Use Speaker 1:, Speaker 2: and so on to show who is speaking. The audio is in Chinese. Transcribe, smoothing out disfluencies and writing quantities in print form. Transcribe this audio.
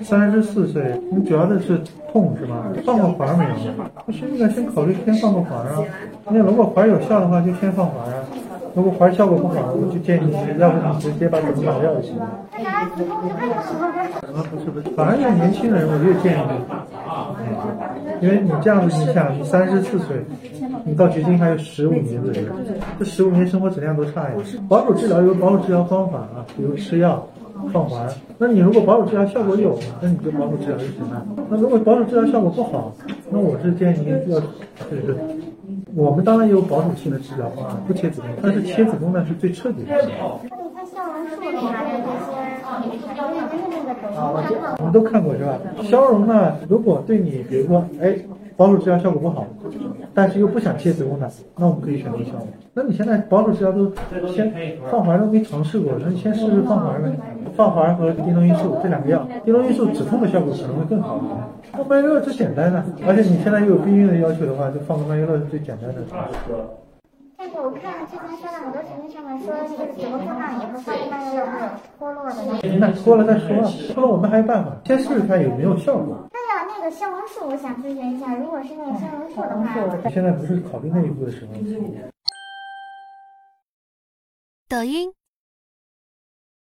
Speaker 1: 34岁，你主要的是痛是吧？放过环没有？那是应该先考虑先放个环啊。那如果环有效的话，就先放环啊。如果环效果不好，我就建议你，要不你直接把子宫打掉就行了。不是，反而是年轻人，我越建议你，因为你这样子，你想，你34岁，你到绝经还有15年左右，这15年生活质量多差呀！保守治疗有保守治疗方法啊，比如吃药、放环。那你如果保守治疗效果有，那你就保守治疗就行了。那如果保守治疗效果不好，那我是建议要就是我们当然有保守性的治疗方案，不切子宫，但是切子宫呢是最彻底的。我们都看过是吧？消融呢，如果对你比如说保守治疗效果不好，但是又不想切子宫的，那我们可以选择消融。那你现在保守治疗都先放环都没尝试过，那你先试试放环呗。放环和丁龙罂粟这2个药，丁龙罂粟止痛的效果可能会更好一点。放曼月乐最简单的，而且你现在又有避孕的要求的话，就放个曼月乐是最简单的。
Speaker 2: 但是我看之前刷到很多视频上面说，就是子宫脱肛以后发现曼月乐会脱落的
Speaker 1: 那脱了再说，脱了我们还有办法，先试试看有没有效果。
Speaker 2: 那个消融术，我想咨询一下，如果是那个消融术的话，
Speaker 1: 现在不是考虑那一步的时候。
Speaker 3: 抖音、